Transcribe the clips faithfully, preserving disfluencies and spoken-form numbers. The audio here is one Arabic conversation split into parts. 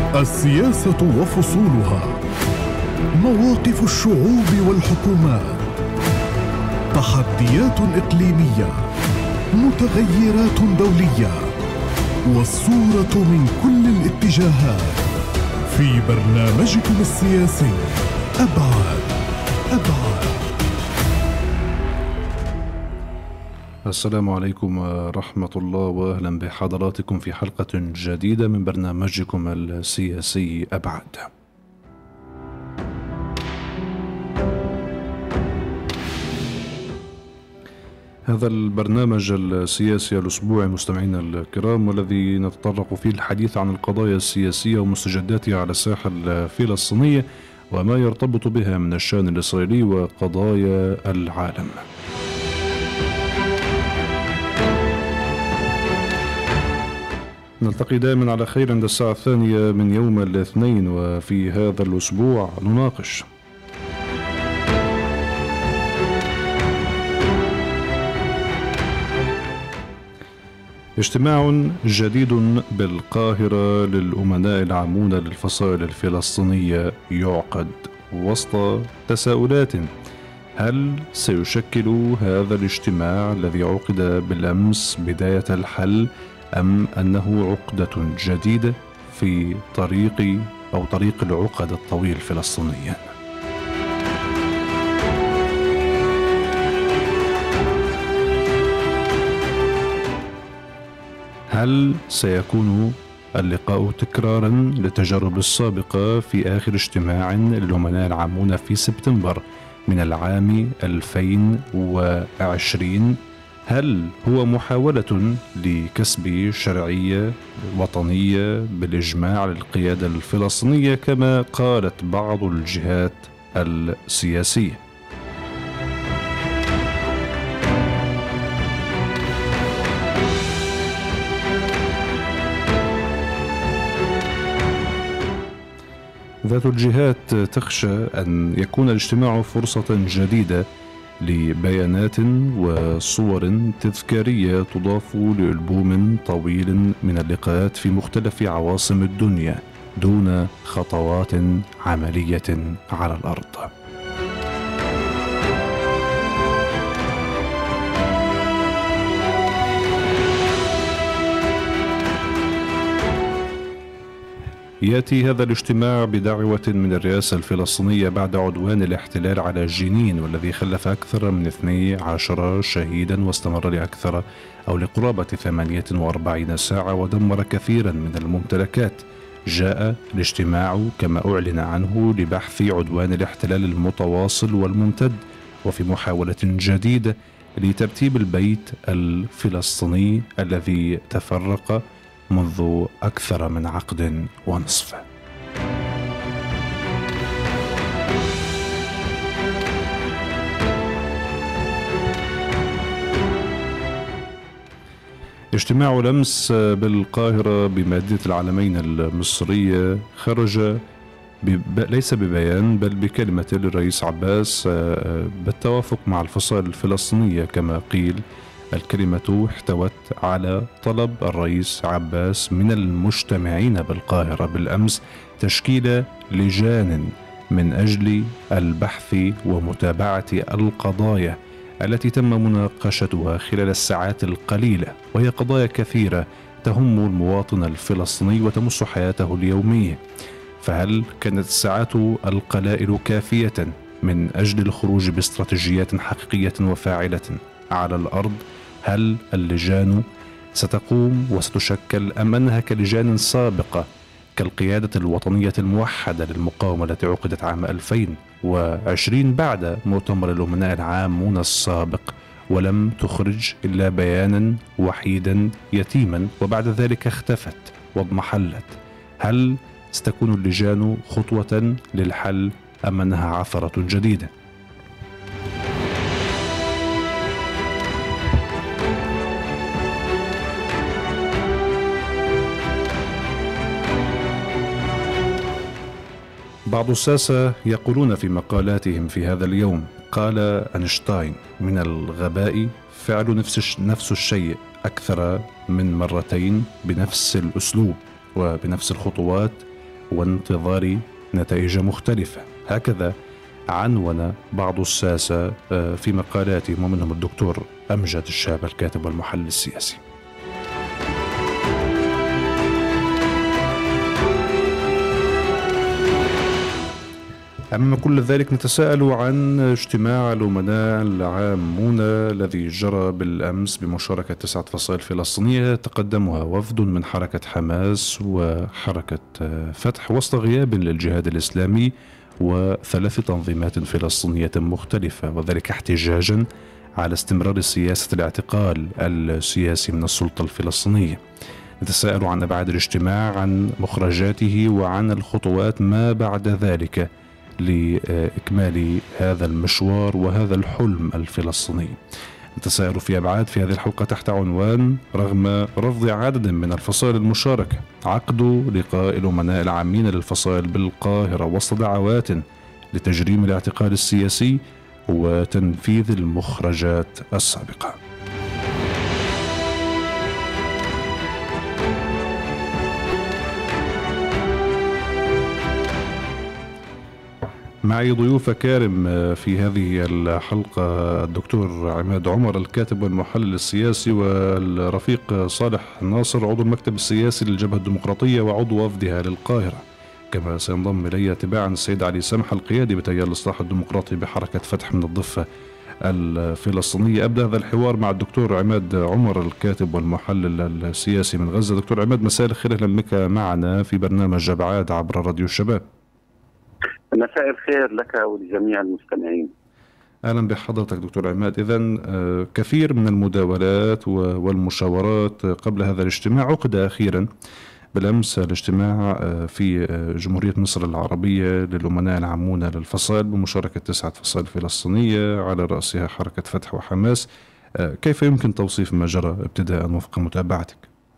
السياسة وفصولها، مواقف الشعوب والحكومات، تحديات إقليمية، متغيرات دولية، والصورة من كل الاتجاهات في برنامجكم السياسي أبعاد أبعاد. السلام عليكم ورحمة الله، وأهلا بحضراتكم في حلقة جديدة من برنامجكم السياسي أبعاد. هذا البرنامج السياسي الأسبوعي مستمعينا الكرام، والذي نتطرق فيه الحديث عن القضايا السياسية ومستجداتها على الساحة الفلسطينية وما يرتبط بها من الشأن الإسرائيلي وقضايا العالم. نلتقي دائما على خير عند الساعة الثانية من يوم الاثنين، وفي هذا الأسبوع نناقش اجتماع جديد بالقاهرة للأمناء العامون للفصائل الفلسطينية يعقد وسط تساؤلات. هل سيشكل هذا الاجتماع الذي عقد بالأمس بداية الحل، أم أنه عقدة جديدة في طريق أو طريق العقد الطويل الفلسطيني؟ هل سيكون اللقاء تكرارا للتجارب السابقة في آخر اجتماع للأمناء العامون في سبتمبر من العام ألفين وعشرين؟ هل هو محاولة لكسب شرعية وطنية بالإجماع للقيادة الفلسطينية كما قالت بعض الجهات السياسية؟ ذات الجهات تخشى أن يكون الاجتماع فرصة جديدة لبيانات وصور تذكارية تضاف لألبوم طويل من اللقاءات في مختلف عواصم الدنيا دون خطوات عملية على الأرض. يأتي هذا الاجتماع بدعوة من الرئاسة الفلسطينية بعد عدوان الاحتلال على جنين، والذي خلف أكثر من اثني عشر شهيدا واستمر لأكثر أو لقرابة ثمانية وأربعين ساعة ودمر كثيرا من الممتلكات. جاء الاجتماع كما أعلن عنه لبحث عدوان الاحتلال المتواصل والممتد، وفي محاولة جديدة لترتيب البيت الفلسطيني الذي تفرق منذ أكثر من عقد ونصف. اجتماع الأمس بالقاهرة بمدينة العلمين المصرية خرج ليس ببيان بل بكلمة للرئيس عباس بالتوافق مع الفصائل الفلسطينية كما قيل. الكلمة احتوت على طلب الرئيس عباس من المجتمعين بالقاهرة بالأمس تشكيل لجان من أجل البحث ومتابعة القضايا التي تم مناقشتها خلال الساعات القليلة، وهي قضايا كثيرة تهم المواطن الفلسطيني وتمس حياته اليومية. فهل كانت الساعات القلائل كافية من أجل الخروج باستراتيجيات حقيقية وفاعلة على الأرض؟ هل اللجان ستقوم وستشكل أم أنها كلجان سابقة كالقيادة الوطنية الموحدة للمقاومة التي عقدت عام ألفين وعشرين بعد مؤتمر الأمناء العامون السابق ولم تخرج إلا بيانا وحيدا يتيما وبعد ذلك اختفت واضمحلت؟ هل ستكون اللجان خطوة للحل أم أنها عثرة جديدة؟ بعض الساسة يقولون في مقالاتهم في هذا اليوم، قال أينشتاين: من الغباء فعل نفس نفس الشيء أكثر من مرتين بنفس الأسلوب وبنفس الخطوات وانتظار نتائج مختلفة. هكذا عنون بعض الساسة في مقالاتهم، ومنهم الدكتور أمجد الشاب الكاتب والمحلل السياسي. أمام كل ذلك نتساءل عن اجتماع الأمناء العامون الذي جرى بالأمس بمشاركة تسعة فصائل فلسطينية تقدمها وفد من حركة حماس وحركة فتح وسط غياب للجهاد الإسلامي وثلاث تنظيمات فلسطينية مختلفة، وذلك احتجاجا على استمرار سياسة الاعتقال السياسي من السلطة الفلسطينية. نتساءل عن أبعاد الاجتماع، عن مخرجاته، وعن الخطوات ما بعد ذلك لإكمال هذا المشوار وهذا الحلم الفلسطيني. نتساءل في أبعاد في هذه الحلقة تحت عنوان: رغم رفض عدد من الفصائل المشاركة، عقد لقاء الأمناء العامين للفصائل بالقاهرة وسط دعوات لتجريم الاعتقال السياسي وتنفيذ المخرجات السابقة. معي ضيوف كارم في هذه الحلقة: الدكتور عماد عمر الكاتب والمحلل السياسي، والرفيق صالح ناصر عضو المكتب السياسي للجبهة الديمقراطية وعضو وفدها للقاهرة. كما سينضم إلي تباعا السيد علي سمح القيادي بتيار الإصلاح الديمقراطي بحركة فتح من الضفة الفلسطينية. أبدأ هذا الحوار مع الدكتور عماد عمر الكاتب والمحلل السياسي من غزة. دكتور عماد، مساء الخير، أهلا بك معنا في برنامج أبعاد عبر راديو الشباب. مساء الخير لك ولجميع المستمعين. أهلا بحضرتك دكتور عماد. إذن كثير من المداولات والمشاورات قبل هذا الاجتماع. عقد أخيرا بالأمس الاجتماع في جمهورية مصر العربية للأمناء العامون للفصائل بمشاركة تسعة فصائل فلسطينية على رأسها حركة فتح وحماس. كيف يمكن توصيف ما جرى ابتداء وفق متابعتك؟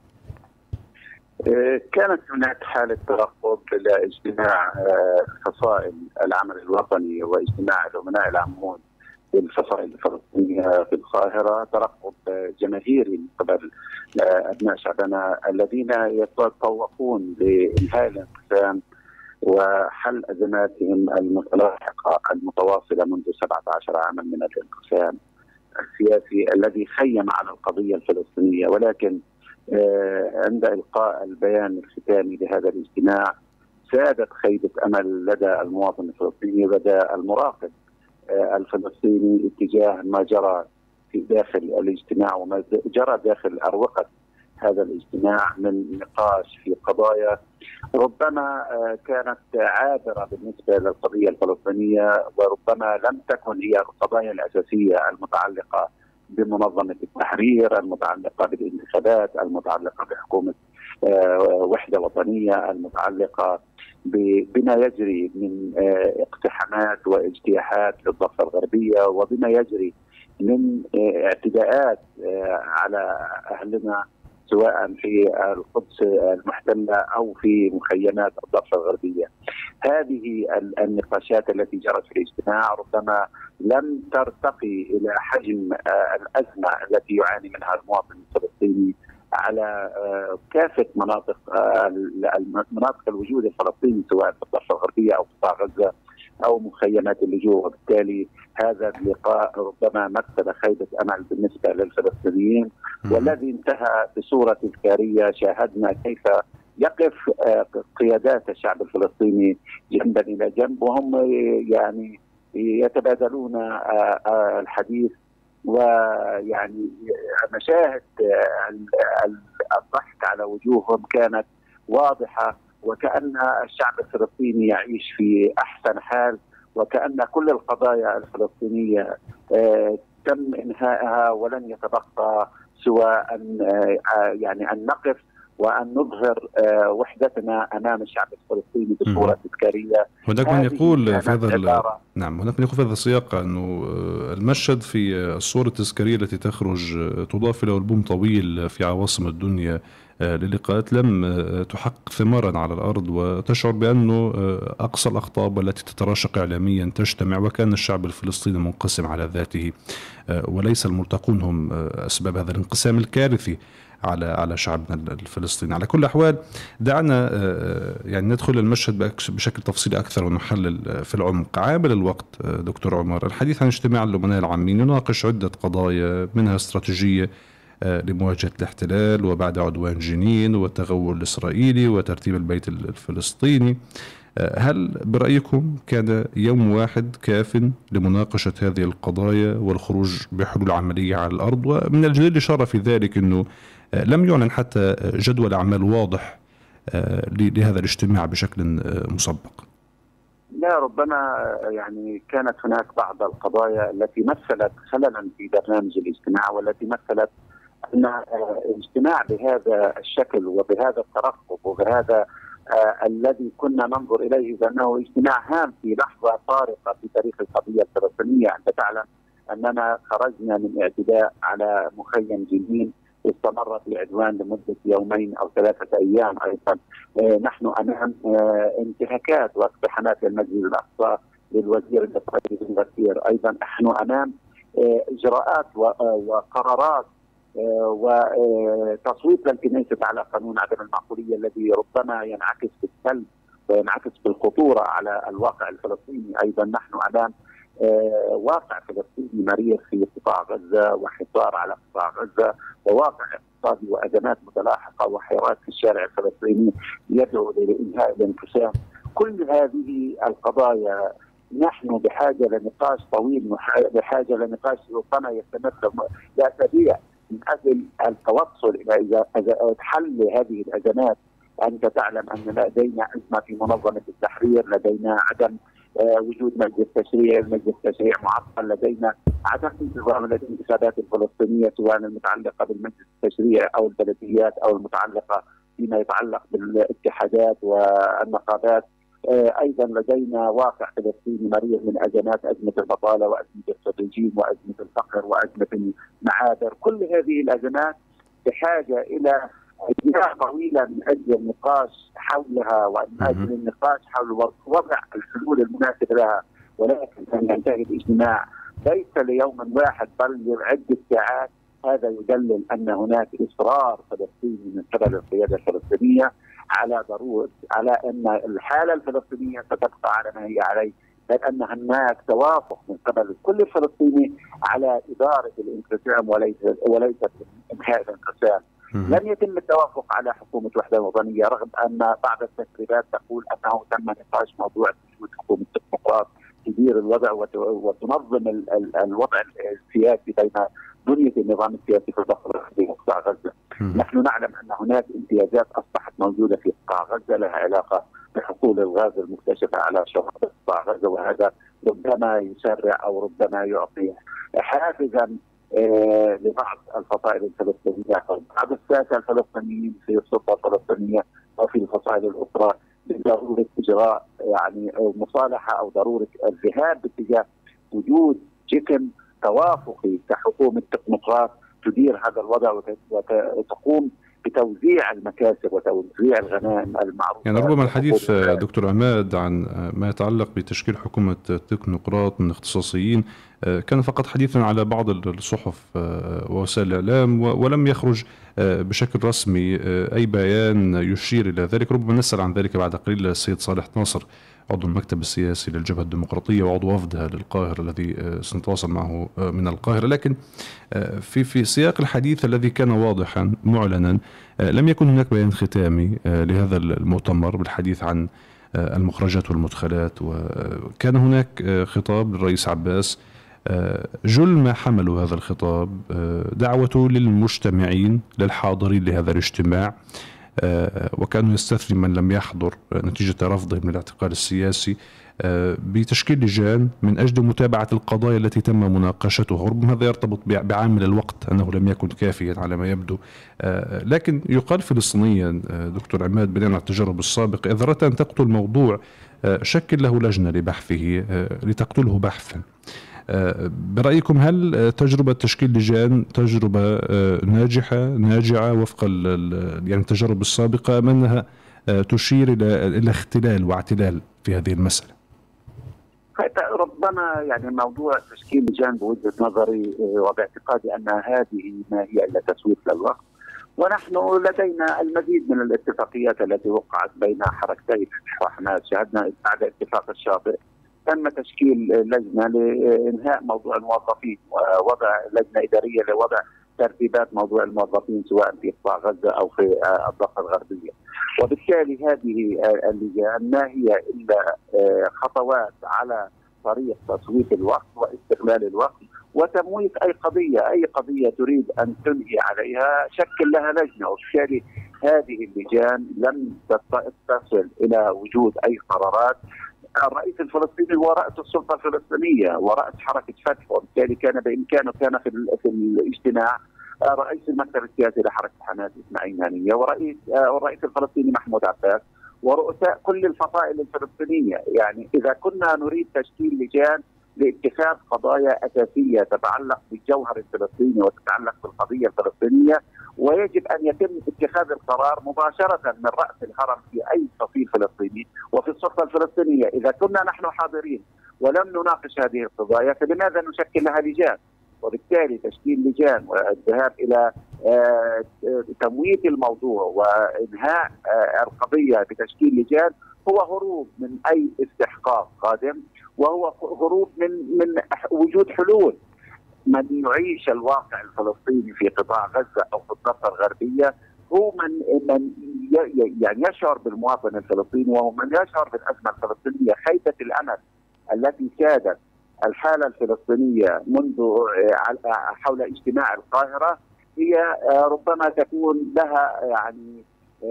كانت هناك حالة ترقب لاجتماع فصائل العمل الوطني واجتماع الأمناء العامون للفصائل الفلسطينية في القاهرة، ترقب جماهيري من قبل أبناء شعبنا الذين يتطوقون لإنهاء الانقسام وحل أزماتهم المتلاحقة المتواصلة منذ سبعة عشر عاما من الانقسام السياسي الذي خيم على القضية الفلسطينية. ولكن عند إلقاء البيان الختامي لهذا الاجتماع سادت خيبة أمل لدى المواطن الفلسطيني ولدى المراقب الفلسطيني اتجاه ما جرى في داخل الاجتماع وما جرى داخل أروقة هذا الاجتماع من نقاش في قضايا ربما كانت عابرة بالنسبة للقضية الفلسطينية، وربما لم تكن هي القضايا الأساسية المتعلقة بمنظمة التحرير، المتعلقة بالانتخابات، المتعلقة بحكومة وحدة وطنية، المتعلقة بما يجري من اقتحامات واجتياحات للضفة الغربية، وبما يجري من اعتداءات على أهلنا سواء في القدس المحتلة أو في مخيمات الضفة الغربية. هذه النقاشات التي جرت في الاجتماع ربما لم ترتقي إلى حجم الأزمة التي يعاني منها المواطن الفلسطيني على كافة مناطق مناطق الوجود الفلسطيني سواء في الضفة الغربية أو قطاع غزة أو مخيمات اللجوء. وبالتالي هذا اللقاء ربما مثل خيبة أمل بالنسبة للفلسطينيين، والذي انتهى بصورة تذكارية. شاهدنا كيف يقف قيادات الشعب الفلسطيني جنبا إلى جنب وهم يعني يتبادلون الحديث، ويعني مشاهد الضحك على وجوههم كانت واضحة، وكأن الشعب الفلسطيني يعيش في أحسن حال، وكأن كل القضايا الفلسطينية تم إنهائها ولن يتبقى سوى أن يعني أن نقف وأن نظهر وحدتنا أمام الشعب الفلسطيني بصورة تذكارية. هناك من يقول في هذا نعم هناك من يقول في هذا السياق أنه المشهد في الصورة التذكارية التي تخرج تضاف له ألبوم طويل في عواصم الدنيا للقاءات لم تحقق ثمارا على الأرض، وتشعر بأنه أقصى الأقطاب التي تتراشق إعلاميا تجتمع، وكان الشعب الفلسطيني منقسم على ذاته، وليس الملتقون هم أسباب هذا الانقسام الكارثي على على شعبنا الفلسطيني. على كل الأحوال دعنا يعني ندخل المشهد بشكل تفصيلي أكثر ونحلل في العمق. عامل الوقت دكتور عمر، الحديث عن اجتماع الأمناء العامين يناقش عدة قضايا، منها استراتيجية لمواجهة الاحتلال وبعد عدوان جنين والتغول الإسرائيلي وترتيب البيت الفلسطيني. هل برأيكم كان يوم واحد كاف لمناقشة هذه القضايا والخروج بحلول عملية على الأرض؟ ومن الجدير الإشارة في ذلك أنه لم يعلن حتى جدول أعمال واضح لهذا الاجتماع بشكل مسبق. لا، ربما يعني كانت هناك بعض القضايا التي مثلت خللا في برنامج الاجتماع، والتي مثلت أن الاجتماع بهذا الشكل وبهذا الترقب وبهذا آه الذي كنا ننظر إليه بأنه اجتماع هام في لحظة فارقة في تاريخ القضية الفلسطينية. أنت تعلم أننا خرجنا من اعتداء على مخيم جنين استمر في عدوان لمدة يومين أو ثلاثة أيام أيضا. آه نحن أمام آه انتهاكات واقتحامات المسجد الأقصى للوزير الإسرائيلي بن غفير. أيضا نحن أمام آه إجراءات وقرارات وتصويت للكنيسة على قانون عدم المعقولية الذي ربما ينعكس بالسلب وينعكس بالخطورة على الواقع الفلسطيني. أيضا نحن أمام واقع فلسطيني مرير في قطاع غزة وحصار على قطاع غزة وواقع اقتصادي وأزمات متلاحقة وحراك في الشارع الفلسطيني يدعو لإنهاء الانقسام. كل هذه القضايا نحن بحاجة لنقاش طويل، بحاجة لنقاش ربما يستمر لأسابيع من أجل التوصل إلى حل هذه الأزمات. أنت تعلم أن لدينا أزمة في منظمة التحرير، لدينا عدم وجود مجلس تشريع، المجلس التشريع معطل، لدينا عدم انتظام الانتخابات الفلسطينية سواء المتعلقة بالمجلس التشريع أو البلديات أو المتعلقة فيما يتعلق بالاتحادات والنقابات. أيضا لدينا واقع فلسطيني مرير من أزمات، أزمة البطالة وأزمة الخريجين وأزمة الفقر وأزمة المعابر. كل هذه الأزمات بحاجة إلى أجزاء طويلة من أجل النقاش حولها ومن أجل النقاش حول وضع الحلول المناسبة لها، ولكن أن ينتهي الاجتماع ليس ليوم واحد بل لعدة ساعات. هذا يدلل أن هناك إصرار فلسطيني من قبل القيادة الفلسطينية على ضرورة على أن الحالة الفلسطينية ستبقى على ما هي عليه، بل أن هناك توافق من قبل الكل الفلسطيني على إدارة الانقسام وليس وليست إنهاء الانقسام. لم يتم التوافق على حكومة وحدة وطنية رغم أن بعض التسريبات تقول أنه تم نقاش موضوع وجود حكومة ديمقراط تدير الوضع وتنظم الوضع السياسي بين بنية النظام السياسي في الضفة في قطاع غزة. نحن نعلم أن هناك امتيازات أصبحت موجودة في قطاع غزة لها علاقة بحصول الغاز المكتشفة على شواطئ قطاع غزة، وهذا ربما يسرع أو ربما يعطي حافزا آه لبعض الفصائل الفلسطينية أو بعض الساسة الفلسطينيين في السلطة الفلسطينية أو في الفصائل الأخرى بضرورة إجراء يعني أو مصالحة أو ضرورة الذهاب باتجاه وجود جسم توافقي كحكومة تكنوقراط تدير هذا الوضع وتقوم بتوزيع المكاسب وتوزيع الغنائم المعروفة. يعني ربما الحديث دكتور عماد عن ما يتعلق بتشكيل حكومة تكنوقراط من اختصاصيين كان فقط حديثا على بعض الصحف ووسائل الإعلام، ولم يخرج بشكل رسمي أي بيان يشير إلى ذلك. ربما نسأل عن ذلك بعد قليل السيد صالح ناصر عضو المكتب السياسي للجبهة الديمقراطية وعضو وفدها للقاهرة الذي سنتواصل معه من القاهرة. لكن في في سياق الحديث الذي كان واضحا معلنا لم يكن هناك بيان ختامي لهذا المؤتمر بالحديث عن المخرجات والمدخلات، وكان هناك خطاب للرئيس عباس. جل ما حملوا هذا الخطاب دعوته للمجتمعين للحاضرين لهذا الاجتماع، وكانوا يستثني من لم يحضر نتيجة رفضه من الاعتقال السياسي بتشكيل لجان من أجل متابعة القضايا التي تم مناقشتها. ربما هذا يرتبط بعامل الوقت أنه لم يكن كافيا على ما يبدو، لكن يقال فلسطينيا دكتور عماد بناء على التجارب السابقة إذا أردت أن تقتل موضوع شكل له لجنة لبحثه لتقتله بحثا. برأيكم هل تجربة تشكيل لجان تجربة ناجحة ناجعة وفق يعني التجارب السابقة أم أنها تشير إلى إلى اختلال واعتلال في هذه المسألة؟ ربما يعني موضوع تشكيل لجان بوجهة نظري وباعتقادي أن هذه ما هي إلا تسويف للوقت، ونحن لدينا المزيد من الاتفاقيات التي وقعت بين حركتي فتح وحماس. شهدنا بعد اتفاق الشاطئ تم تشكيل لجنة لإنهاء موضوع الموظفين ووضع لجنة إدارية لوضع ترتيبات موضوع الموظفين سواء في قطاع غزة أو في الضفة الغربية. وبالتالي هذه اللجان ما هي إلا خطوات على طريق تسويف الوقت واستغلال الوقت وتمويت أي قضية أي قضية تريد أن تنهي عليها شكل لها لجنة. وبالتالي هذه اللجان لم تصل إلى وجود أي قرارات. الرئيس الفلسطيني هو رأس السلطة الفلسطينية ورأس حركة فتح، وبالتالي كان بإمكانه كان في, في الاجتماع رئيس المكتب السياسي لحركة حماس إسماعيل هنية ورئيس والرئيس الفلسطيني محمود عباس ورؤساء كل الفصائل الفلسطينية. يعني إذا كنا نريد تشكيل لجان لاتخاذ قضايا أساسية تتعلق بالجوهر الفلسطيني وتتعلق بالقضية الفلسطينية، ويجب أن يتم اتخاذ القرار مباشرة من رأس الهرم في أي فصيل فلسطيني وفي السلطة الفلسطينية. إذا كنا نحن حاضرين ولم نناقش هذه القضايا فلماذا نشكل لها لجان؟ وبالتالي تشكيل لجان والذهاب إلى تمويت الموضوع وإنهاء القضية بتشكيل لجان هو هروب من أي استحقاق قادم، وهو هروب من من وجود حلول. من يعيش الواقع الفلسطيني في قطاع غزة أو في الضفة الغربية هو من من يعني يشعر بالمواطن الفلسطيني، وهو من يشعر بالأزمة الفلسطينية. خيبة الأمل التي سادت الحالة الفلسطينية منذ حول اجتماع القاهرة هي ربما تكون لها يعني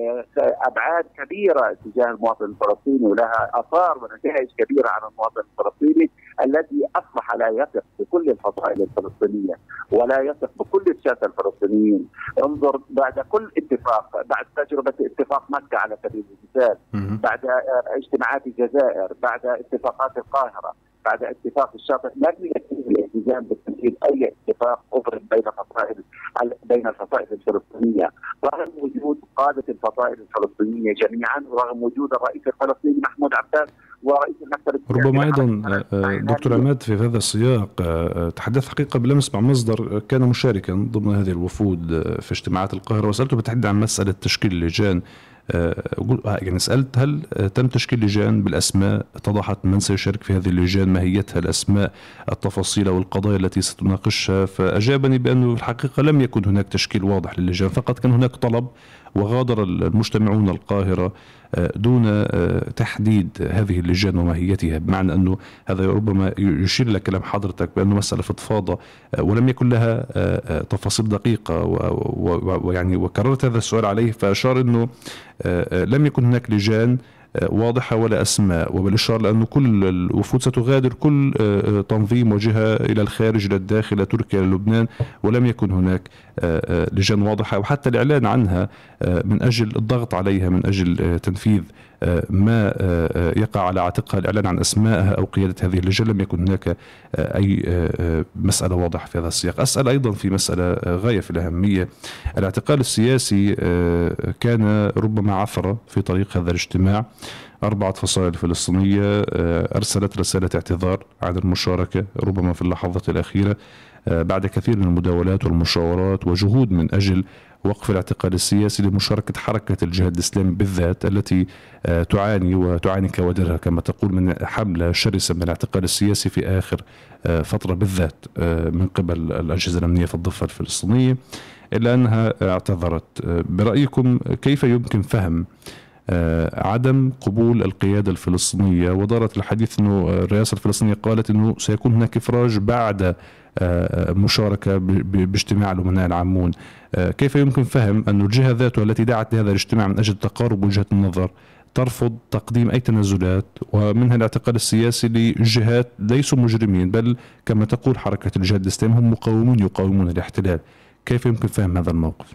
أبعاد كبيرة تجاه المواطن الفلسطيني ولها آثار ونتائج كبيرة على المواطن الفلسطيني الذي أصبح لا يثق بكل الفصائل الفلسطينية ولا يثق بكل الساسة الفلسطينيين. انظر بعد كل اتفاق، بعد تجربة اتفاق مكة على سبيل المثال، بعد اجتماعات الجزائر، بعد اتفاقات القاهرة، بعد اتفاق الشاطئ، لم يتم الالتزام بتنفيذ اي اتفاق ابرم بين فصائل بين الفصائل الفلسطينيه، رغم وجود قاده الفصائل الفلسطينيه جميعا، ورغم وجود الرئيس الفلسطيني محمود عباس ورئيس المكتب السياسي. ربما ايضا دكتور عماد في هذا السياق تحدث حقيقه بالامس مع مصدر كان مشاركا ضمن هذه الوفود في اجتماعات القاهره، وسالته بالتحديد عن مساله تشكيل اللجان. يعني سألت هل تم تشكيل لجان بالأسماء، اتضحت من سيشارك في هذه اللجان، ماهيتها، الأسماء، التفاصيل والقضايا التي ستناقشها؟ فأجابني بأنه في الحقيقة لم يكن هناك تشكيل واضح للجان، فقط كان هناك طلب وغادر المجتمعون القاهرة دون تحديد هذه اللجان وماهيتها، بمعنى أنه هذا ربما يشير إلى كلام حضرتك بأنه مسألة فضفاضة ولم يكن لها تفاصيل دقيقة، ويعني وكررت هذا السؤال عليه فأشار أنه لم يكن هناك لجان واضحة ولا أسماء، وبالإشارة لأنه كل الوفود ستغادر كل تنظيم وجهة إلى الخارج، إلى الداخل، إلى تركيا، إلى لبنان، ولم يكن هناك لجان واضحة وحتى الإعلان عنها من أجل الضغط عليها، من أجل تنفيذ ما يقع على عاتقها، الإعلان عن أسمائها أو قيادة هذه اللجان. لم يكن هناك أي مسألة واضحة في هذا السياق. أسأل أيضا في مسألة غاية في الأهمية، الاعتقال السياسي كان ربما عثرة في طريق هذا الاجتماع. أربعة فصائل فلسطينية أرسلت رسالة اعتذار عن المشاركة ربما في اللحظات الأخيرة بعد كثير من المداولات والمشاورات وجهود من أجل وقف الاعتقال السياسي لمشاركة حركة الجهاد الإسلامي بالذات التي تعاني وتعاني كوادرها كما تقول من حملة شرسة من الاعتقال السياسي في آخر فترة بالذات من قبل الأجهزة الأمنية في الضفة الفلسطينية، إلا أنها اعتذرت. برأيكم كيف يمكن فهم عدم قبول القيادة الفلسطينية؟ ودارت الحديث أنه الرئاسة الفلسطينية قالت أنه سيكون هناك إفراج بعد مشاركة باجتماع الأمناء العامون. كيف يمكن فهم أن الجهة ذاته التي دعت لهذا الاجتماع من أجل تقارب وجهة النظر ترفض تقديم أي تنازلات، ومنها الاعتقال السياسي لجهات ليسوا مجرمين بل كما تقول حركة الجهاد الإسلامي هم مقاومون يقاومون الاحتلال؟ كيف يمكن فهم هذا الموقف؟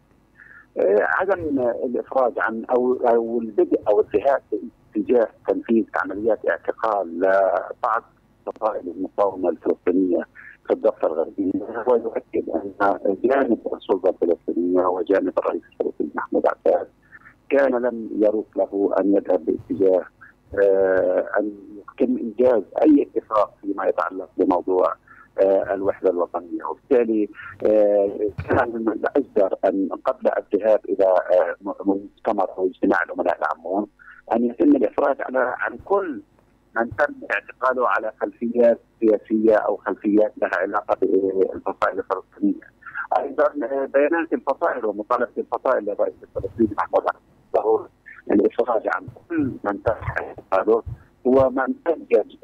عدم الإفراج عن أو أو البدء أو الذهاب اتجاه تنفيذ عمليات اعتقال بعض فصائل المقاومة الفلسطينية في الضفة الغربية هو يؤكد أن جانب السلطة الفلسطينية وجانب الرئيس الفلسطيني محمود عباس كان لم يروق له أن يذهب باتجاه أن يمكن إنجاز أي اتفاق فيما يتعلق بموضوع الوحدة الوطنية، وبالتالي كان من الأجدر أن قبل الذهاب إلى مؤتمر أو اجتماع الأمناء العامون أن يتم الإفراج على عن كل من تم اعتقاله على خلفيات سياسية أو خلفيات لها علاقة بالفصائل الفلسطينية. أيضا بيانات الفصائل ومطالبة الفصائل للرئيس الفلسطيني محمود عباس الإفراج عن كل من تم اعتقاله هو من أنجز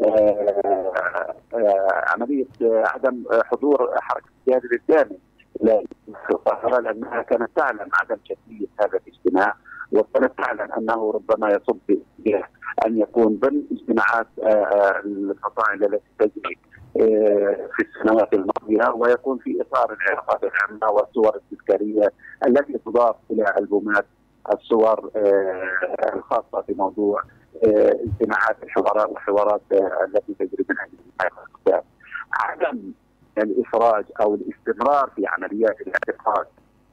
عملية عدم حضور حركة الجهاد الإسلامي للقاهرة، لأنها كانت تعلم عدم جدية هذا الاجتماع، وكانت تعلم أنه ربما يصب باتجاه أن يكون ضمن اجتماعات الفصائل التي تجري في السنوات الماضية، ويكون في إطار العلاقات العامة والصور التذكارية التي تضاف إلى ألبومات الصور الخاصة في موضوع اجتماعات الحوارات والحوارات التي تجري من أجل عدم الإفراج أو الاستمرار في عمليات الاعتقاد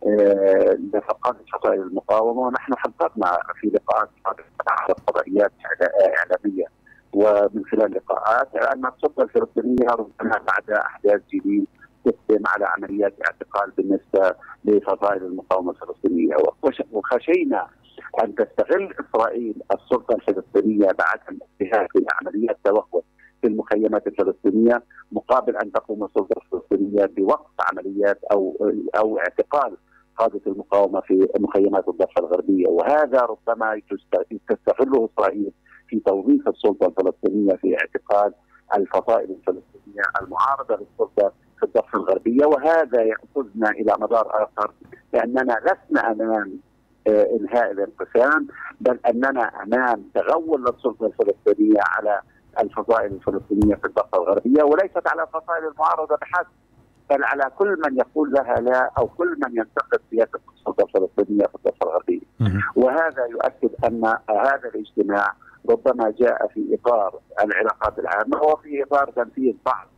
لفقدان فصائل المقاومة. ونحن حققنا في لقاءات على فضائيات إعلامية ومن خلال لقاءات أن السلطة الفلسطينية ربما بعد أحداث جيلين تقدم على عمليات اعتقال بالنسبة لفصائل المقاومة الفلسطينية، وخشينا أن تستغل إسرائيل السلطة الفلسطينية بعدم الانتهاء في عمليات توغل في المخيمات الفلسطينية مقابل أن تقوم السلطة الفلسطينية بوقف عمليات أو أو اعتقال قادة المقاومة في مخيمات الضفة الغربية، وهذا ربما تستغله إسرائيل في توظيف السلطة الفلسطينية في اعتقال الفصائل الفلسطينية المعارضة للسلطة في الضفة الغربية. وهذا يأخذنا إلى مدار آخر، لأننا لسنا أمام انهاء الانقسام، بل اننا امام تغول للسلطه الفلسطينيه على الفصائل الفلسطينيه في الضفه الغربيه، وليست على الفصائل المعارضه بحسب، بل على كل من يقول لها لا او كل من ينتقد سياسه السلطه الفلسطينيه في الضفه الغربيه. وهذا يؤكد ان هذا الاجتماع ربما جاء في اطار العلاقات العامه وفي اطار تنفيذ بعض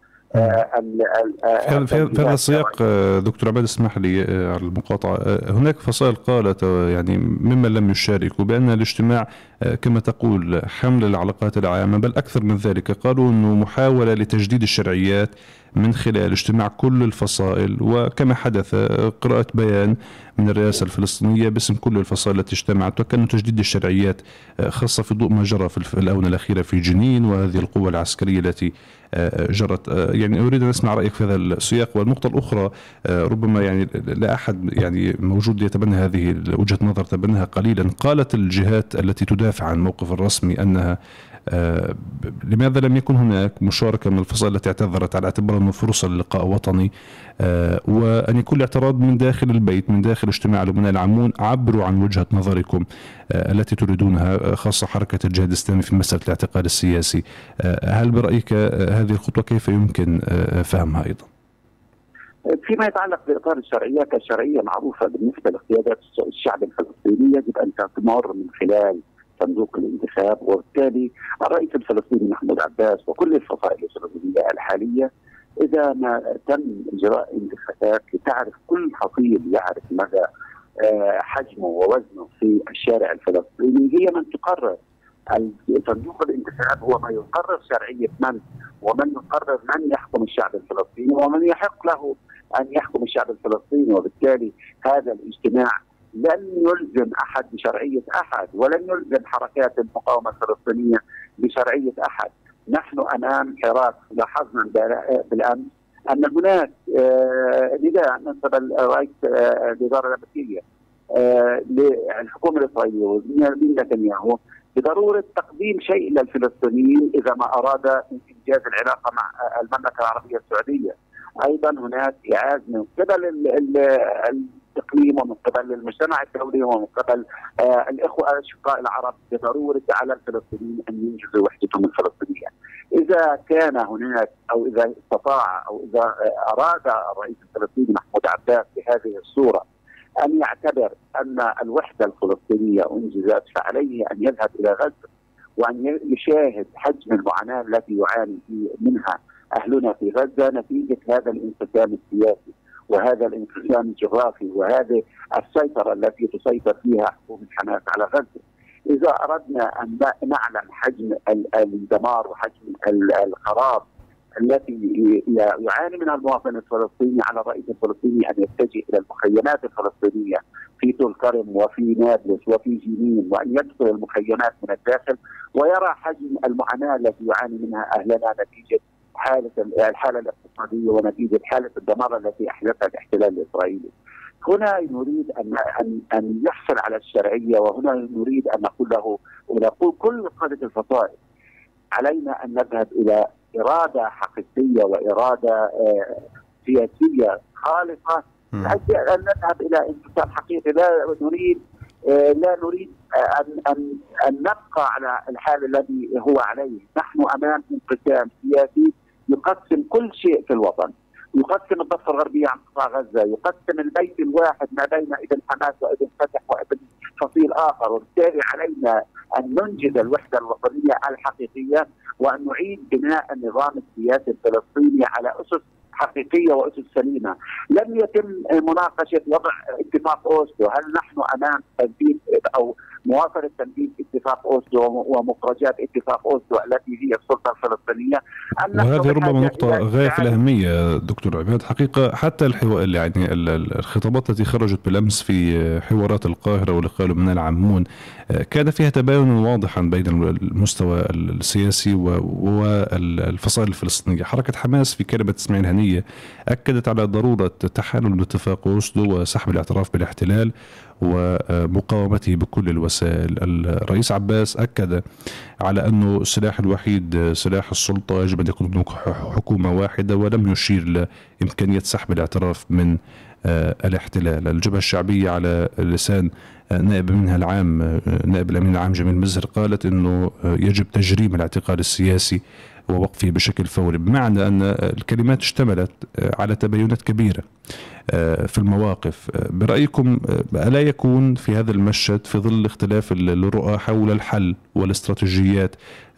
في في هذا السياق دكتور عباد اسمح لي على المقاطعة، هناك فصائل قالت يعني ممن لم يشاركوا بأن الاجتماع كما تقول حمل العلاقات العامة، بل أكثر من ذلك قالوا أنه محاولة لتجديد الشرعيات من خلال اجتماع كل الفصائل، وكما حدث قراءة بيان من الرئاسة الفلسطينية باسم كل الفصائل التي اجتمعت، وكان تجديد الشرعيات خاصة في ضوء ما جرى في الآونة الأخيرة في جنين وهذه القوة العسكرية التي جرت. يعني أريد أن أسمع رأيك في هذا السياق. والنقطة الأخرى ربما يعني لا أحد يعني موجود يتبنى هذه وجهة نظر تبناها قليلا، قالت الجهات التي تدافع عن الموقف الرسمي أنها آه لماذا لم يكن هناك مشاركة من الفصائل التي اعتذرت على اعتبار أنه فرصة للقاء وطني، آه وأن يكون الاعتراض من داخل البيت من داخل اجتماع الأمناء العامون. عبروا عن وجهة نظركم آه التي تريدونها، خاصة حركة الجهاد الإسلامي في مسألة الاعتقال السياسي. آه هل برأيك آه هذه الخطوة كيف يمكن آه فهمها أيضا؟ فيما يتعلق بإطار الشرعيات، الشرعية معروفة بالنسبة لقيادات الشعب الفلسطيني يجب أن تمر من خلال صندوق الانتخاب، وبالتالي الرئيس الفلسطيني محمود عباس وكل الفصائل الفلسطينية الحالية إذا ما تم إجراء انتخابات لتعرف كل حصيل يعرف مدى حجمه ووزنه في الشارع الفلسطيني هي من تقرر. صندوق الانتخاب هو ما يقرر شرعية من ومن يقرر من يحكم الشعب الفلسطيني ومن يحق له أن يحكم الشعب الفلسطيني. وبالتالي هذا الاجتماع لن يلزم أحد بشرعية أحد، ولن يلزم حركات المقاومة الفلسطينية بشرعية أحد. نحن أمام حراك. لاحظنا بالأمس أن هناك نداء من قبل رئيس الإدارة الأمريكية للحكومة الإسرائيلية وبنيامين نتنياهو بضرورة تقديم شيء للفلسطينيين إذا ما أراد إنجاز العلاقة مع المملكة العربية السعودية. أيضا هناك إعادة من قبل التقليم ومن قبل المجتمع الدولي ومن قبل آه الإخوة الأشقاء العرب بضرورة على الفلسطينيين أن ينجزوا وحدتهم الفلسطينية. إذا كان هناك أو إذا استطاع أو إذا أراد الرئيس الفلسطيني محمود عباس بهذه الصورة أن يعتبر أن الوحدة الفلسطينية أنجزت، فعليه أن يذهب إلى غزة وأن يشاهد حجم المعاناة التي يعاني منها أهلنا في غزة نتيجة هذا الانقسام السياسي وهذا الانقسام الجغرافي وهذه السيطرة التي تسيطر فيها حكومة حماس على غزة. إذا أردنا أن نعلم حجم الدمار وحجم الخراب التي يعاني منها المواطن الفلسطيني، على الرئيس الفلسطيني أن يتجه إلى المخيمات الفلسطينية في طول كرم وفي نابلس وفي جنين، وأن يدخل المخيمات من الداخل ويرى حجم المعاناة التي يعاني منها أهلنا نتيجة حالة الحالة الاقتصادية ونتيجة حالة الدمار التي أحدثها الاحتلال الإسرائيلي. هنا نريد أن أن أن يحصل على الشرعية، وهنا نريد أن نقول له ونقول كل قادة الفصائل علينا أن نذهب إلى إرادة حقيقية وإرادة سياسية خالصة لأجل أن نذهب إلى انتصار حقيقي. لا نريد لا نريد أن أن أن نبقى على الحال الذي هو عليه. نحن أمام انقسام سياسي يقسم كل شيء في الوطن، يقسم الضفة الغربية عن قطاع غزة، يقسم البيت الواحد ما بين ابن حماس وابن فتح وابن فصيل آخر، وبالتالي علينا أن ننجز الوحدة الوطنية الحقيقية وأن نعيد بناء النظام السياسي الفلسطيني على أسس حقيقية وأسس سليمة. لم يتم مناقشة وضع اتفاق أوسلو. هل نحن أمام تنفيذ أو مواصلة تنفيذ اتفاق أوسلو ومخرجات اتفاق أوسلو التي هي السلطة الفلسطينية؟ وهذه ربما نقطة غاية في الأهمية دكتور عماد. حقيقة حتى الحوار يعني الخطابات التي خرجت بالأمس في حوارات القاهرة ولقاء لبنان عمون كان فيها تباين واضحا بين المستوى السياسي والفصائل الفلسطينية. حركة حماس في كلمة اسماعيل هنية أكدت على ضرورة تحالل اتفاق أوسلو وسحب الاعتراف بالاحتلال ومقاومته بكل الوسائل. الرئيس عباس أكد على أنه السلاح الوحيد سلاح السلطة، يجب أن يكون حكومة واحدة، ولم يشير لإمكانية سحب الاعتراف من الاحتلال. الجبهة الشعبية على لسان نائب منها العام نائب الأمين العام جميل مزهر قالت أنه يجب تجريم الاعتقال السياسي ووقفه بشكل فوري، بمعنى أن الكلمات اشتملت على تباينات كبيرة في المواقف. برأيكم ألا يكون في هذا المشهد في ظل اختلاف الرؤى حول الحل والاستراتيجيات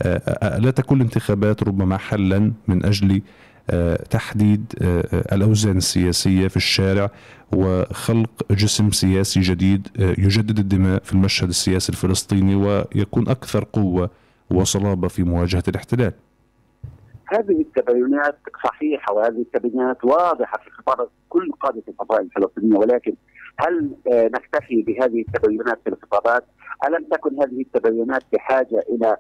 لا تكون الانتخابات ربما حلا من أجل تحديد الأوزان السياسية في الشارع وخلق جسم سياسي جديد يجدد الدماء في المشهد السياسي الفلسطيني ويكون أكثر قوة وصلابة في مواجهة الاحتلال؟ هذه التباينات صحيحة وهذه التباينات واضحة في خطاب كل قادة الفصائل الفلسطينية، ولكن هل نكتفي بهذه التباينات في الخطابات؟ ألم تكن هذه التباينات بحاجة إلى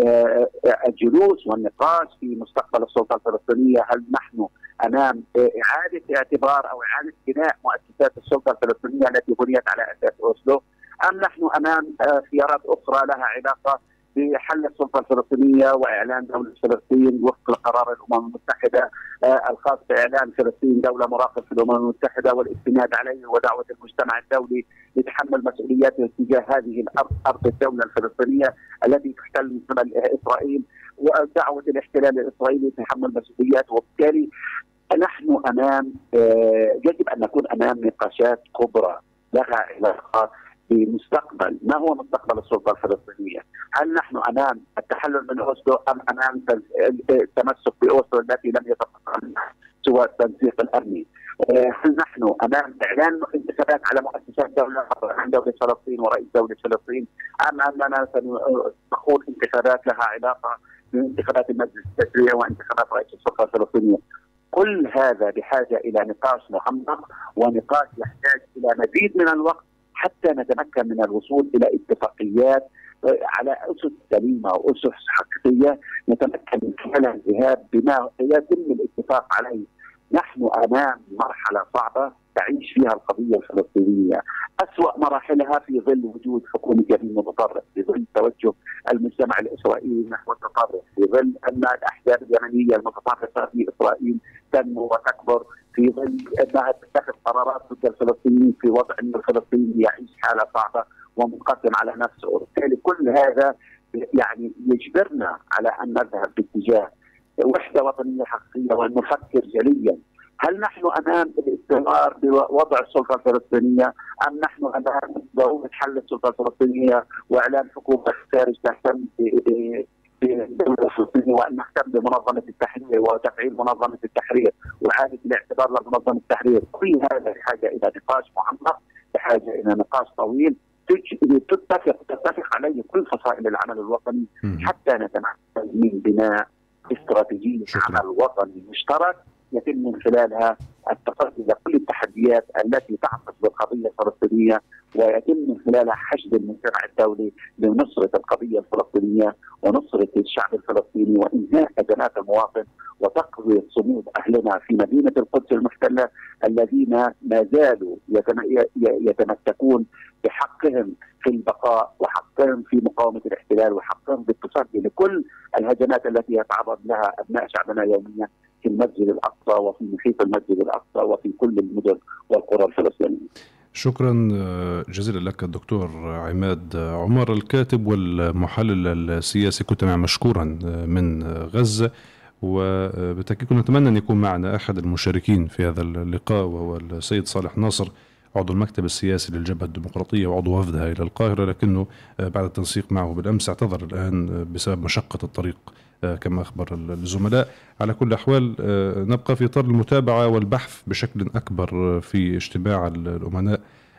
الجلوس والنقاش في مستقبل السلطة الفلسطينية؟ هل نحن أمام إعادة اعتبار أو إعادة بناء مؤسسات السلطة الفلسطينية التي بنيت على أساس أوسلو، أم نحن أمام خيارات أخرى لها علاقة بحل السلطة الفلسطينية وإعلان دولة فلسطين وفق قرار الأمم المتحدة الخاص بإعلان فلسطين دولة مراقب في الأمم المتحدة والاستناد عليه ودعوة المجتمع الدولي لتحمل مسؤولياته تجاه هذه الأرض، أرض الدولة الفلسطينية التي تحتل من قبل إسرائيل، ودعوة الاحتلال الإسرائيلي لتحمل مسؤولياته. وبالتالي نحن أمام يجب أن نكون أمام نقاشات كبرى لها علاقة بمستقبل ما هو مستقبل السلطة الفلسطينية. هل نحن أمام التحلل من أوسلو أم أمام التمسك بأوسلو التي لم يتفق سوى التنسيق الأمني؟ هل نحن أمام إعلان انتخابات على مؤسسات دولة عن دولة فلسطين ورئيس دولة فلسطين، أم أننا سنخوض انتخابات لها علاقة بانتخابات المجلس التشريعي وانتخابات رئيس السلطة الفلسطينية؟ كل هذا بحاجة إلى نقاش معمق ونقاش يحتاج إلى مزيد من الوقت حتى نتمكن من الوصول إلى اتفاقيات على أسس سليمة وأسس حقيقية نتمكن من خلالها الذهاب بما يتم الاتفاق عليه. نحن أمام مرحلة صعبة تعيش فيها القضية الفلسطينية، أسوأ مراحلها في ظل وجود حكومة يمين متطرف، في ظل توجه المجتمع الإسرائيلي نحو التطرف، في ظل أن الأحزاب اليمنية المتطرفة في إسرائيل تنمو وتكبر، في ظل أنها تتخذ قرارات ضد الفلسطينيين في وضع أن الفلسطيني يعيش حالة صعبة ومنقسم على نفسه. وبالتالي كل هذا يعني يجبرنا على أن نذهب باتجاه وحدة وطنية حقيقية وأن نفكر جليا هل نحن امام الاستمرار بوضع السلطه الفلسطينيه ام نحن امام ضروره حل السلطه الفلسطينيه واعلان حكومه الخارج تهتم بالدوله الفلسطينيه وان نهتم بمنظمه التحرير وتفعيل منظمه التحرير واعاده الاعتبار لمنظمه التحرير؟ كل هذا بحاجه الى نقاش معمق، بحاجه الى نقاش طويل تتفق تتفق عليه كل فصائل العمل الوطني حتى نتمكن من بناء استراتيجيه عمل وطني مشترك يتم من خلالها التصدي لكل التحديات التي تعصف بالقضيه الفلسطينيه، ويتم من خلالها حشد المجتمع الدولي لنصره القضيه الفلسطينيه ونصره الشعب الفلسطيني وانهاء ازمات المواطن وتقويه صمود اهلنا في مدينه القدس المحتله الذين ما زالوا يتمسكون بحقهم في البقاء وحقهم في مقاومه الاحتلال وحقهم بالتصدي لكل الهجمات التي يتعرض لها ابناء شعبنا يوميا في المسجد الاقصى وفي محيط المسجد الاقصى وفي كل المدن والقرى الفلسطينيه. شكرا جزيلا لك الدكتور عماد عمر، الكاتب والمحلل السياسي، كنت معنا مشكورا من غزة، وبالتأكيد نتمنى أن يكون معنا أحد المشاركين في هذا اللقاء وهو السيد صالح ناصر عضو المكتب السياسي للجبهة الديمقراطية وعضو وفدها إلى القاهرة، لكنه بعد التنسيق معه بالأمس اعتذر الآن بسبب مشقة الطريق كما أخبر الزملاء. على كل الأحوال نبقى في إطار المتابعة والبحث بشكل أكبر في اجتماع الأمناء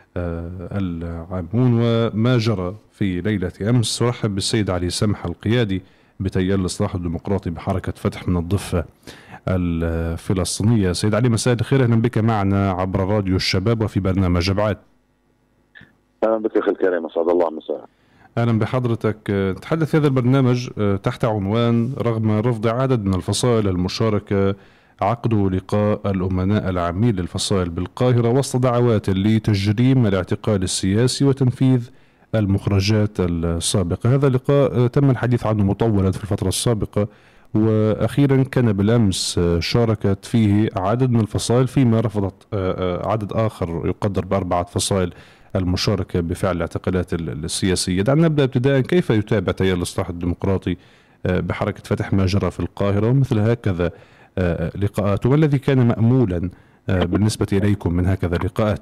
العامون وما جرى في ليلة أمس. ورحب بالسيد علي سمح القيادي بتيار الإصلاح الديمقراطي بحركة فتح من الضفة الفلسطينية. سيد علي مساء الخير، أهلا بك معنا عبر راديو الشباب وفي برنامج أبعاد. أهلا بك أخي الكريم، أسعد الله مساء. أهلا بحضرتك. نتحدث في هذا البرنامج تحت عنوان رغم رفض عدد من الفصائل المشاركة عقد لقاء الأمناء العامين للفصائل بالقاهرة وسط دعوات لتجريم الاعتقال السياسي وتنفيذ المخرجات السابقة. هذا اللقاء تم الحديث عنه مطولا في الفترة السابقة، وأخيرا كان بالأمس شاركت فيه عدد من الفصائل، فيما رفضت عدد آخر يقدر بأربعة فصائل المشاركة بفعل الاعتقالات السياسية. دعنا نبدأ ابتداء، كيف يتابع تيار الإصلاح الديمقراطي بحركة فتح ما جرى في القاهرة ومثل هكذا لقاءات، وما الذي كان مأمولا بالنسبة إليكم من هكذا لقاءات؟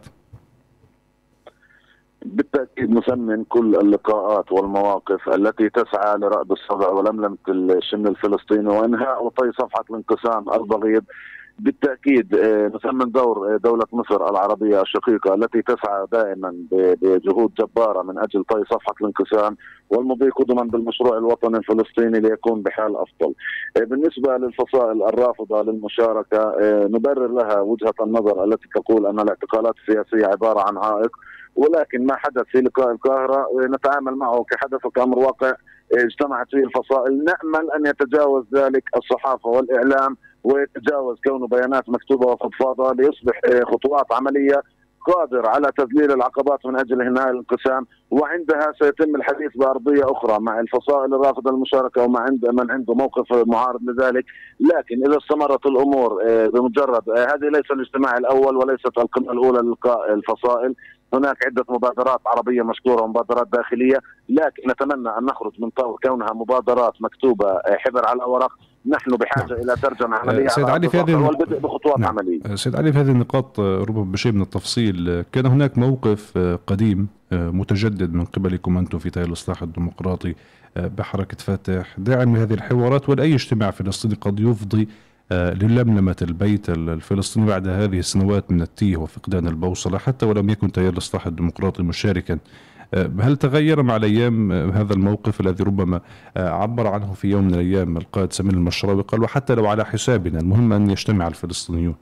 بالتأكيد نثمن كل اللقاءات والمواقف التي تسعى لرأب الصدع ولملمة الشمل الفلسطيني وإنهاء وطي صفحة الانقسام البغيض. بالتأكيد نثمن دور دولة مصر العربية الشقيقة التي تسعى دائما بجهود جبارة من أجل طي صفحة الانقسام والمضي قدما بالمشروع الوطني الفلسطيني ليكون بحال أفضل. بالنسبة للفصائل الرافضة للمشاركة نبرر لها وجهة النظر التي تقول أن الاعتقالات السياسية عبارة عن عائق، ولكن ما حدث في لقاء القاهرة نتعامل معه كحدث وكأمر واقع اجتمعت فيه الفصائل. نأمل أن يتجاوز ذلك الصحافة والإعلام ويتجاوز كونه بيانات مكتوبة وفضفاضة ليصبح خطوات عملية قادر على تذليل العقبات من أجل إنهاء الانقسام، وعندها سيتم الحديث بأرضية أخرى مع الفصائل الرافضة المشاركة ومع عند من عنده موقف معارض لذلك. لكن إذا استمرت الأمور بمجرد هذه ليس الاجتماع الأول وليست القمة الأولى للقاء الفصائل، هناك عدة مبادرات عربية مشكورة ومبادرات داخلية، لكن نتمنى أن نخرج من طور كونها مبادرات مكتوبة حبر على ورق. نحن بحاجة إلى ترجمة عملية سيد علي في هذه والبدء بخطوات نعم. عملية. سيد علي في هذه النقاط ربما بشيء من التفصيل، كان هناك موقف قديم متجدد من قبلكم أنتم في تيار الإصلاح الديمقراطي بحركة فتح داعم لهذه الحوارات، ولأي اجتماع فلسطيني قد يفضي للملمة البيت الفلسطيني بعد هذه السنوات من التيه وفقدان البوصلة حتى ولم يكن تيار الإصلاح الديمقراطي مشاركا. هل تغير مع الأيام هذا الموقف الذي ربما عبر عنه في يوم من الأيام القائد سمير المشراوي قال وحتى لو على حسابنا المهم أن يجتمع الفلسطينيون؟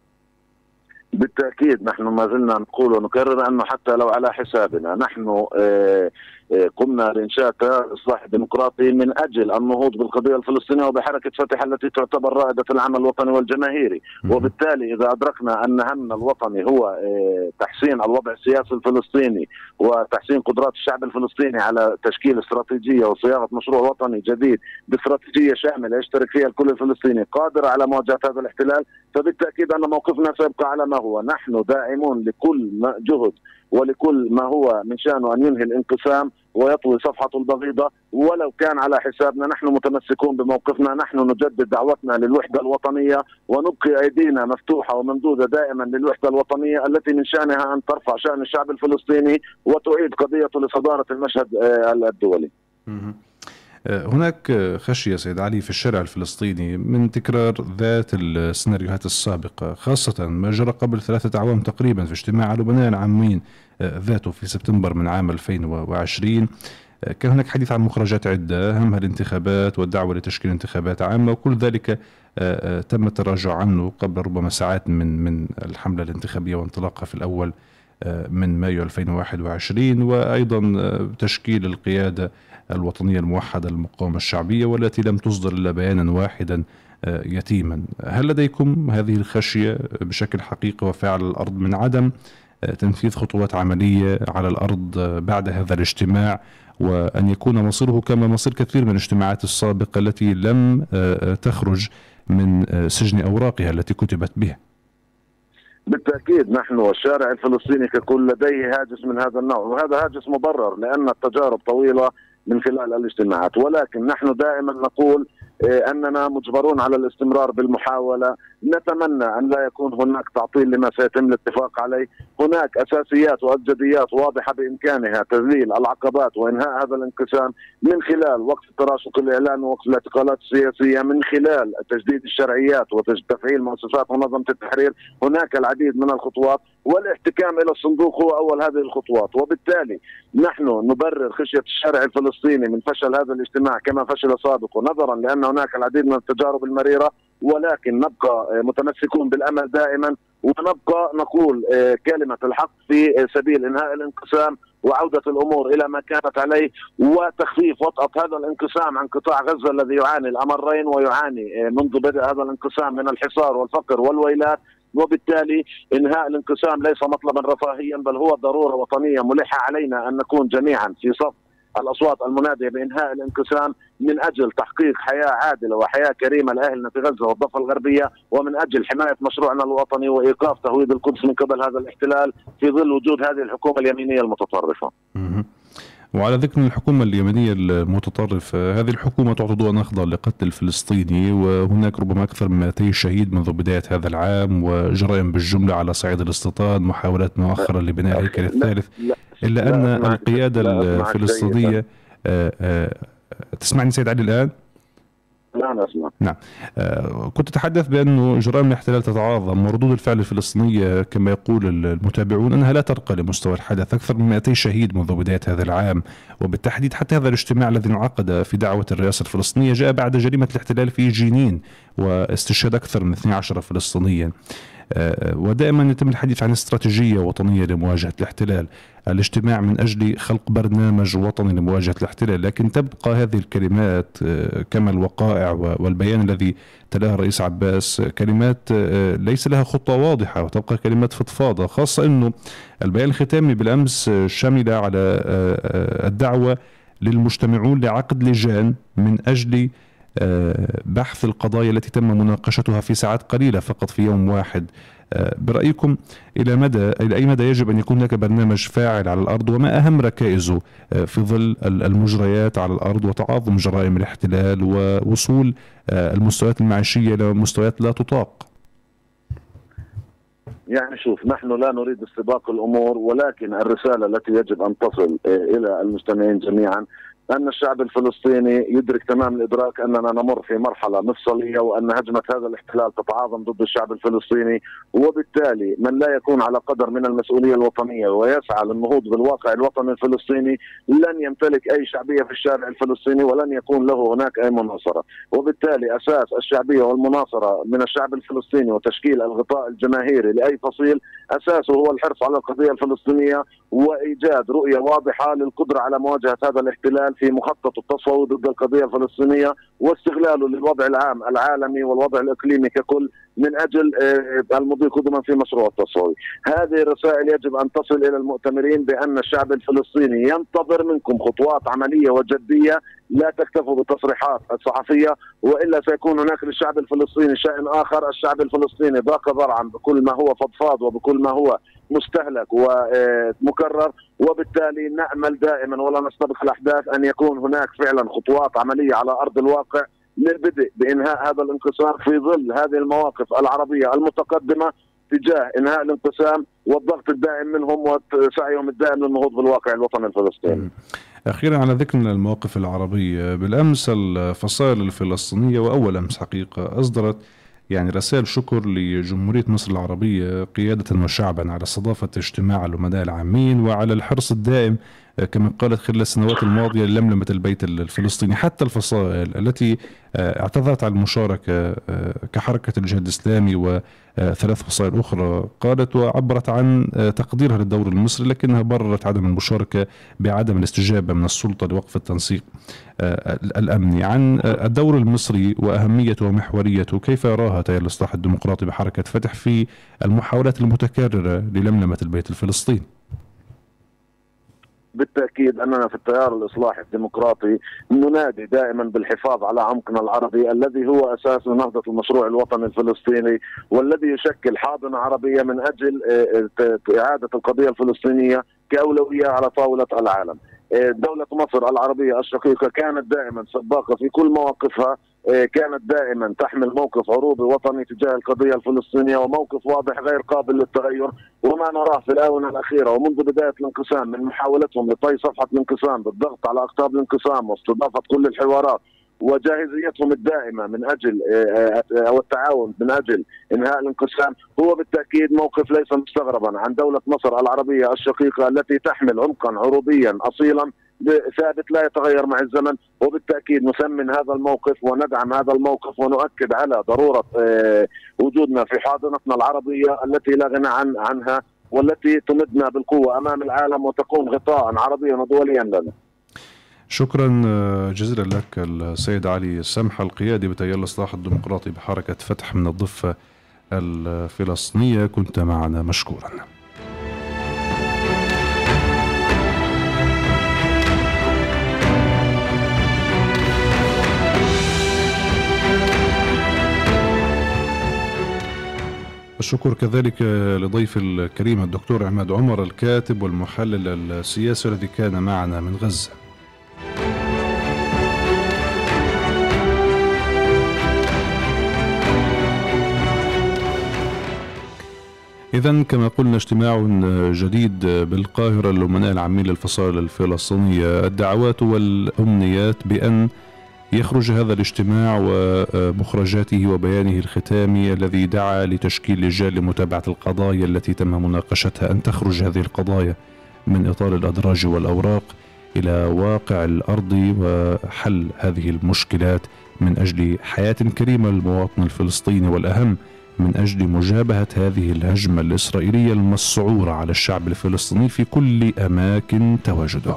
بالتأكيد نحن ما زلنا نقول ونكرر أنه حتى لو على حسابنا. نحن قمنا بإنشاء تيار الإصلاح الديمقراطي من أجل النهوض بالقضية الفلسطينية وبحركة فتح التي تعتبر رائدة العمل الوطني والجماهيري، وبالتالي إذا أدركنا أن همنا الوطني هو تحسين الوضع السياسي الفلسطيني وتحسين قدرات الشعب الفلسطيني على تشكيل استراتيجية وصياغة مشروع وطني جديد باستراتيجية شاملة يشترك فيها الكل الفلسطيني قادر على مواجهة هذا الاحتلال، فبالتأكيد أن موقفنا سيبقى على ما هو. نحن داعمون لكل جهد ولكل ما هو من شأنه أن ينهي الانقسام ويطوي صفحته البغيضة ولو كان على حسابنا. نحن متمسكون بموقفنا، نحن نجدد دعوتنا للوحدة الوطنية ونبقي أيدينا مفتوحة وممدودة دائما للوحدة الوطنية التي من شأنها أن ترفع شأن الشعب الفلسطيني وتعيد قضيته لصدارة المشهد الدولي. هناك خشية سيد علي في الشارع الفلسطيني من تكرار ذات السيناريوهات السابقة، خاصة ما جرى قبل ثلاثة أعوام تقريبا في اجتماع الأمناء العامين ذاته في سبتمبر من عام ألفين وعشرين. كان هناك حديث عن مخرجات عدة أهمها الانتخابات والدعوة لتشكيل انتخابات عامة، وكل ذلك تم التراجع عنه قبل ربما ساعات من من الحملة الانتخابية وانطلاقها في الأول من مايو ألفين وواحد وعشرين، وأيضا تشكيل القيادة الوطنية الموحدة للمقاومة الشعبية والتي لم تصدر إلا بيانا واحدا يتيما. هل لديكم هذه الخشية بشكل حقيقي وفعل على الأرض من عدم تنفيذ خطوات عملية على الأرض بعد هذا الاجتماع، وأن يكون مصيره كما مصير كثير من الاجتماعات السابقة التي لم تخرج من سجن أوراقها التي كتبت بها؟ بالتأكيد نحن والشارع الفلسطيني ككل لديه هاجس من هذا النوع، وهذا هاجس مبرر لأن التجارب طويلة من خلال الاجتماعات، ولكن نحن دائما نقول أننا مجبرون على الاستمرار بالمحاولة. نتمنى أن لا يكون هناك تعطيل لما سيتم الاتفاق عليه. هناك أساسيات وأبجديات واضحة بإمكانها تذليل العقبات وإنهاء هذا الانقسام من خلال وقف التراشق الإعلامي ووقف الاعتقالات السياسية، من خلال تجديد الشرعيات وتفعيل مؤسسات منظمة التحرير. هناك العديد من الخطوات والاحتكام إلى الصندوق هو أول هذه الخطوات. وبالتالي نحن نبرر خشية الشارع الفلسطيني من فشل هذا الاجتماع كما فشل سابقا، نظرا لأن هناك العديد من التجارب المريرة، ولكن نبقى متمسكون بالأمل دائما، ونبقى نقول كلمة الحق في سبيل إنهاء الانقسام وعودة الأمور إلى ما كانت عليه وتخفيف وطأة هذا الانقسام عن قطاع غزة الذي يعاني الأمرين ويعاني منذ بدء هذا الانقسام من الحصار والفقر والويلات. وبالتالي إنهاء الانقسام ليس مطلبا رفاهيا بل هو ضرورة وطنية ملحة علينا أن نكون جميعا في صف الأصوات المنادية بإنهاء الانقسام من أجل تحقيق حياة عادلة وحياة كريمة لأهلنا في غزة والضفة الغربية، ومن أجل حماية مشروعنا الوطني وإيقاف تهويد القدس من قبل هذا الاحتلال في ظل وجود هذه الحكومة اليمينية المتطرفة. وعلى ذكر الحكومة اليمنية المتطرفة، هذه الحكومة تعطي ضوء أخضر لقتل الفلسطيني، وهناك ربما أكثر من مئتين شهيد منذ بداية هذا العام، وجرائم بالجملة على صعيد الاستيطان، محاولات مؤخرة لبناء الهيكل الثالث، إلا أن القيادة الفلسطينية تسمعني سيد علي الآن؟ نعم أسمع. نعم. آه كنت أتحدث بأنه جرائم الاحتلال تتعاظم وردود الفعل الفلسطينية كما يقول المتابعون أنها لا ترقى لمستوى الحدث. أكثر من مئتين شهيد منذ بداية هذا العام، وبالتحديد حتى هذا الاجتماع الذي انعقد في دعوة الرئاسة الفلسطينية جاء بعد جريمة الاحتلال في جنين واستشهاد أكثر من اثني عشر فلسطينيا. ودائما يتم الحديث عن استراتيجية وطنية لمواجهة الاحتلال، الاجتماع من أجل خلق برنامج وطني لمواجهة الاحتلال، لكن تبقى هذه الكلمات كما الوقائع والبيان الذي تلاه الرئيس عباس كلمات ليس لها خطة واضحة، وتبقى كلمات فضفاضة، خاصة أنه البيان الختامي بالأمس شمل على الدعوة للمجتمعون لعقد لجان من أجل بحث القضايا التي تم مناقشتها في ساعات قليلة فقط في يوم واحد. برأيكم إلى مدى إلى أي مدى يجب أن يكون هناك برنامج فاعل على الأرض، وما أهم ركائزه في ظل المجريات على الأرض وتعاظم جرائم الاحتلال ووصول المستويات المعيشية إلى مستويات لا تطاق؟ يعني شوف، نحن لا نريد استباق الأمور، ولكن الرسالة التي يجب أن تصل إلى المستمعين جميعا أن الشعب الفلسطيني يدرك تمام الإدراك أننا نمر في مرحلة مفصلية، وأن هجمة هذا الاحتلال تتعاظم ضد الشعب الفلسطيني، وبالتالي من لا يكون على قدر من المسؤولية الوطنية ويسعى للنهوض بالواقع الوطني الفلسطيني لن يمتلك أي شعبية في الشارع الفلسطيني ولن يكون له هناك أي مناصرة. وبالتالي أساس الشعبية والمناصرة من الشعب الفلسطيني وتشكيل الغطاء الجماهيري لأي فصيل أساسه هو الحرص على القضية الفلسطينية وإيجاد رؤية واضحة للقدرة على مواجهة هذا الاحتلال في مخطط التصويت ضد القضية الفلسطينية واستغلاله للوضع العام العالمي والوضع الإقليمي ككل من أجل المضي قدما في مشروع التصويت. هذه الرسائل يجب أن تصل إلى المؤتمرين بأن الشعب الفلسطيني ينتظر منكم خطوات عملية وجدية، لا تكتفوا بالتصريحات الصحفية، وإلا سيكون هناك للشعب الفلسطيني شأن آخر. الشعب الفلسطيني ضاق ذرعا بكل ما هو فضفاض وبكل ما هو مستهلك ومكرر، وبالتالي نأمل دائما ولا نستبق الأحداث أن يكون هناك فعلا خطوات عملية على أرض الواقع للبدء بإنهاء هذا الانقسام في ظل هذه المواقف العربية المتقدمة تجاه إنهاء الانقسام والضغط الدائم منهم وسعيهم الدائم للنهوض بالواقع الوطني الفلسطيني. أخيرا على ذكر المواقف العربية، بالأمس الفصائل الفلسطينية وأول أمس حقيقة أصدرت يعني رسائل شكر لجمهورية مصر العربية قيادة وشعبا على استضافة اجتماع الأمناء العامين وعلى الحرص الدائم كما قالت خلال السنوات الماضية للملمة البيت الفلسطيني. حتى الفصائل التي اعتذرت عن المشاركة كحركة الجهاد الإسلامي وثلاث فصائل أخرى قالت وعبرت عن تقديرها للدور المصري، لكنها بررت عدم المشاركة بعدم الاستجابة من السلطة لوقف التنسيق الأمني. عن الدور المصري وأهميته ومحوريته، كيف يراها تيار الإصلاح الديمقراطي بحركة فتح في المحاولات المتكررة للملمة البيت الفلسطيني؟ بالتأكيد أننا في التيار الإصلاحي الديمقراطي ننادي دائما بالحفاظ على عمقنا العربي الذي هو أساس نهضة المشروع الوطني الفلسطيني، والذي يشكل حاضنة عربية من أجل إعادة القضية الفلسطينية كأولوية على طاولة العالم. دولة مصر العربية الشقيقة كانت دائما سباقة في كل مواقفها، كانت دائما تحمل موقف عروضي وطني تجاه القضية الفلسطينية وموقف واضح غير قابل للتغير. وما نراه في الآونة الأخيرة ومنذ بداية الانقسام من محاولتهم لطي صفحة الانقسام بالضغط على أقطاب الانقسام واستضافة كل الحوارات وجاهزيتهم الدائمة من أجل أو التعاون من أجل إنهاء الانقسام، هو بالتأكيد موقف ليس مستغربا عن دولة مصر العربية الشقيقة التي تحمل عمقا عروضيا أصيلا ثابت لا يتغير مع الزمن. وبالتأكيد نثمن هذا الموقف وندعم هذا الموقف ونؤكد على ضرورة وجودنا في حاضنتنا العربية التي لا غنى عن عنها والتي تمدنا بالقوة أمام العالم وتكون غطاء عربيا ودوليا لنا. شكرا جزيلا لك السيد علي السمحة القيادي بتيار الإصلاح الديمقراطي بحركة فتح من الضفة الفلسطينية، كنت معنا مشكورا. الشكر كذلك لضيف الكريم الدكتور عماد عمر الكاتب والمحلل السياسي الذي كان معنا من غزة. إذن كما قلنا اجتماع جديد بالقاهرة للأمناء العامين للفصائل الفلسطينية، الدعوات والأمنيات بأن يخرج هذا الاجتماع ومخرجاته وبيانه الختامي الذي دعا لتشكيل لجان لمتابعة القضايا التي تم مناقشتها، أن تخرج هذه القضايا من إطار الأدراج والأوراق إلى واقع الأرض وحل هذه المشكلات من أجل حياة كريمة للمواطن الفلسطيني، والأهم من أجل مجابهة هذه الهجمة الإسرائيلية المسعورة على الشعب الفلسطيني في كل أماكن تواجده.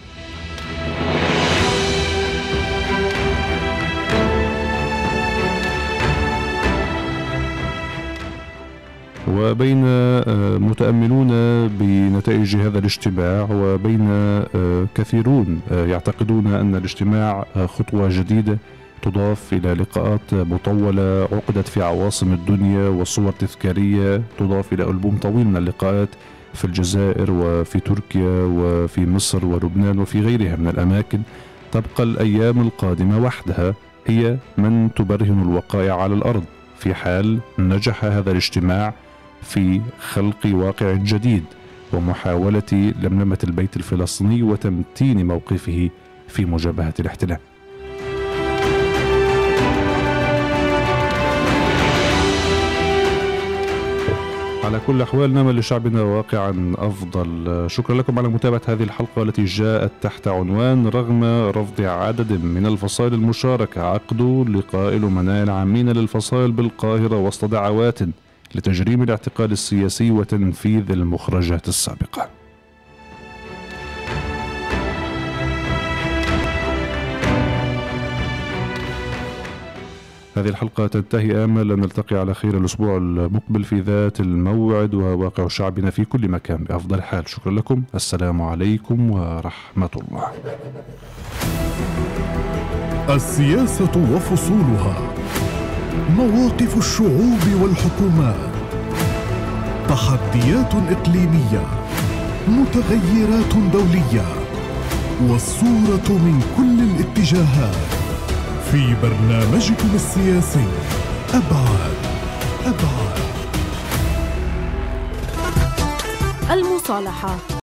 وبين متأملون بنتائج هذا الاجتماع وبين كثيرون يعتقدون أن الاجتماع خطوة جديدة تضاف إلى لقاءات مطولة عقدت في عواصم الدنيا وصور تذكارية تضاف إلى ألبوم طويل من اللقاءات في الجزائر وفي تركيا وفي مصر ولبنان وفي غيرها من الأماكن. تبقى الأيام القادمة وحدها هي من تبرهن الوقائع على الأرض في حال نجح هذا الاجتماع في خلق واقع جديد ومحاولة لملمة البيت الفلسطيني وتمتين موقفه في مجابهة الاحتلال. على كل الأحوال نأمل لشعبنا واقعا أفضل. شكرا لكم على متابعة هذه الحلقة التي جاءت تحت عنوان رغم رفض عدد من الفصائل المشاركة عقد لقاء الأمناء العامين للفصائل بالقاهرة وسط دعوات لتجريم الاعتقال السياسي وتنفيذ المخرجات السابقة. هذه الحلقة تنتهي، آمل أن نلتقي على خير الأسبوع المقبل في ذات الموعد وواقع شعبنا في كل مكان بأفضل حال. شكرا لكم، السلام عليكم ورحمة الله. السياسة وفصولها، مواقف الشعوب والحكومات، تحديات إقليمية، متغيرات دولية، والصورة من كل الاتجاهات في برنامجكم السياسي أبعاد أبعاد. المصالحة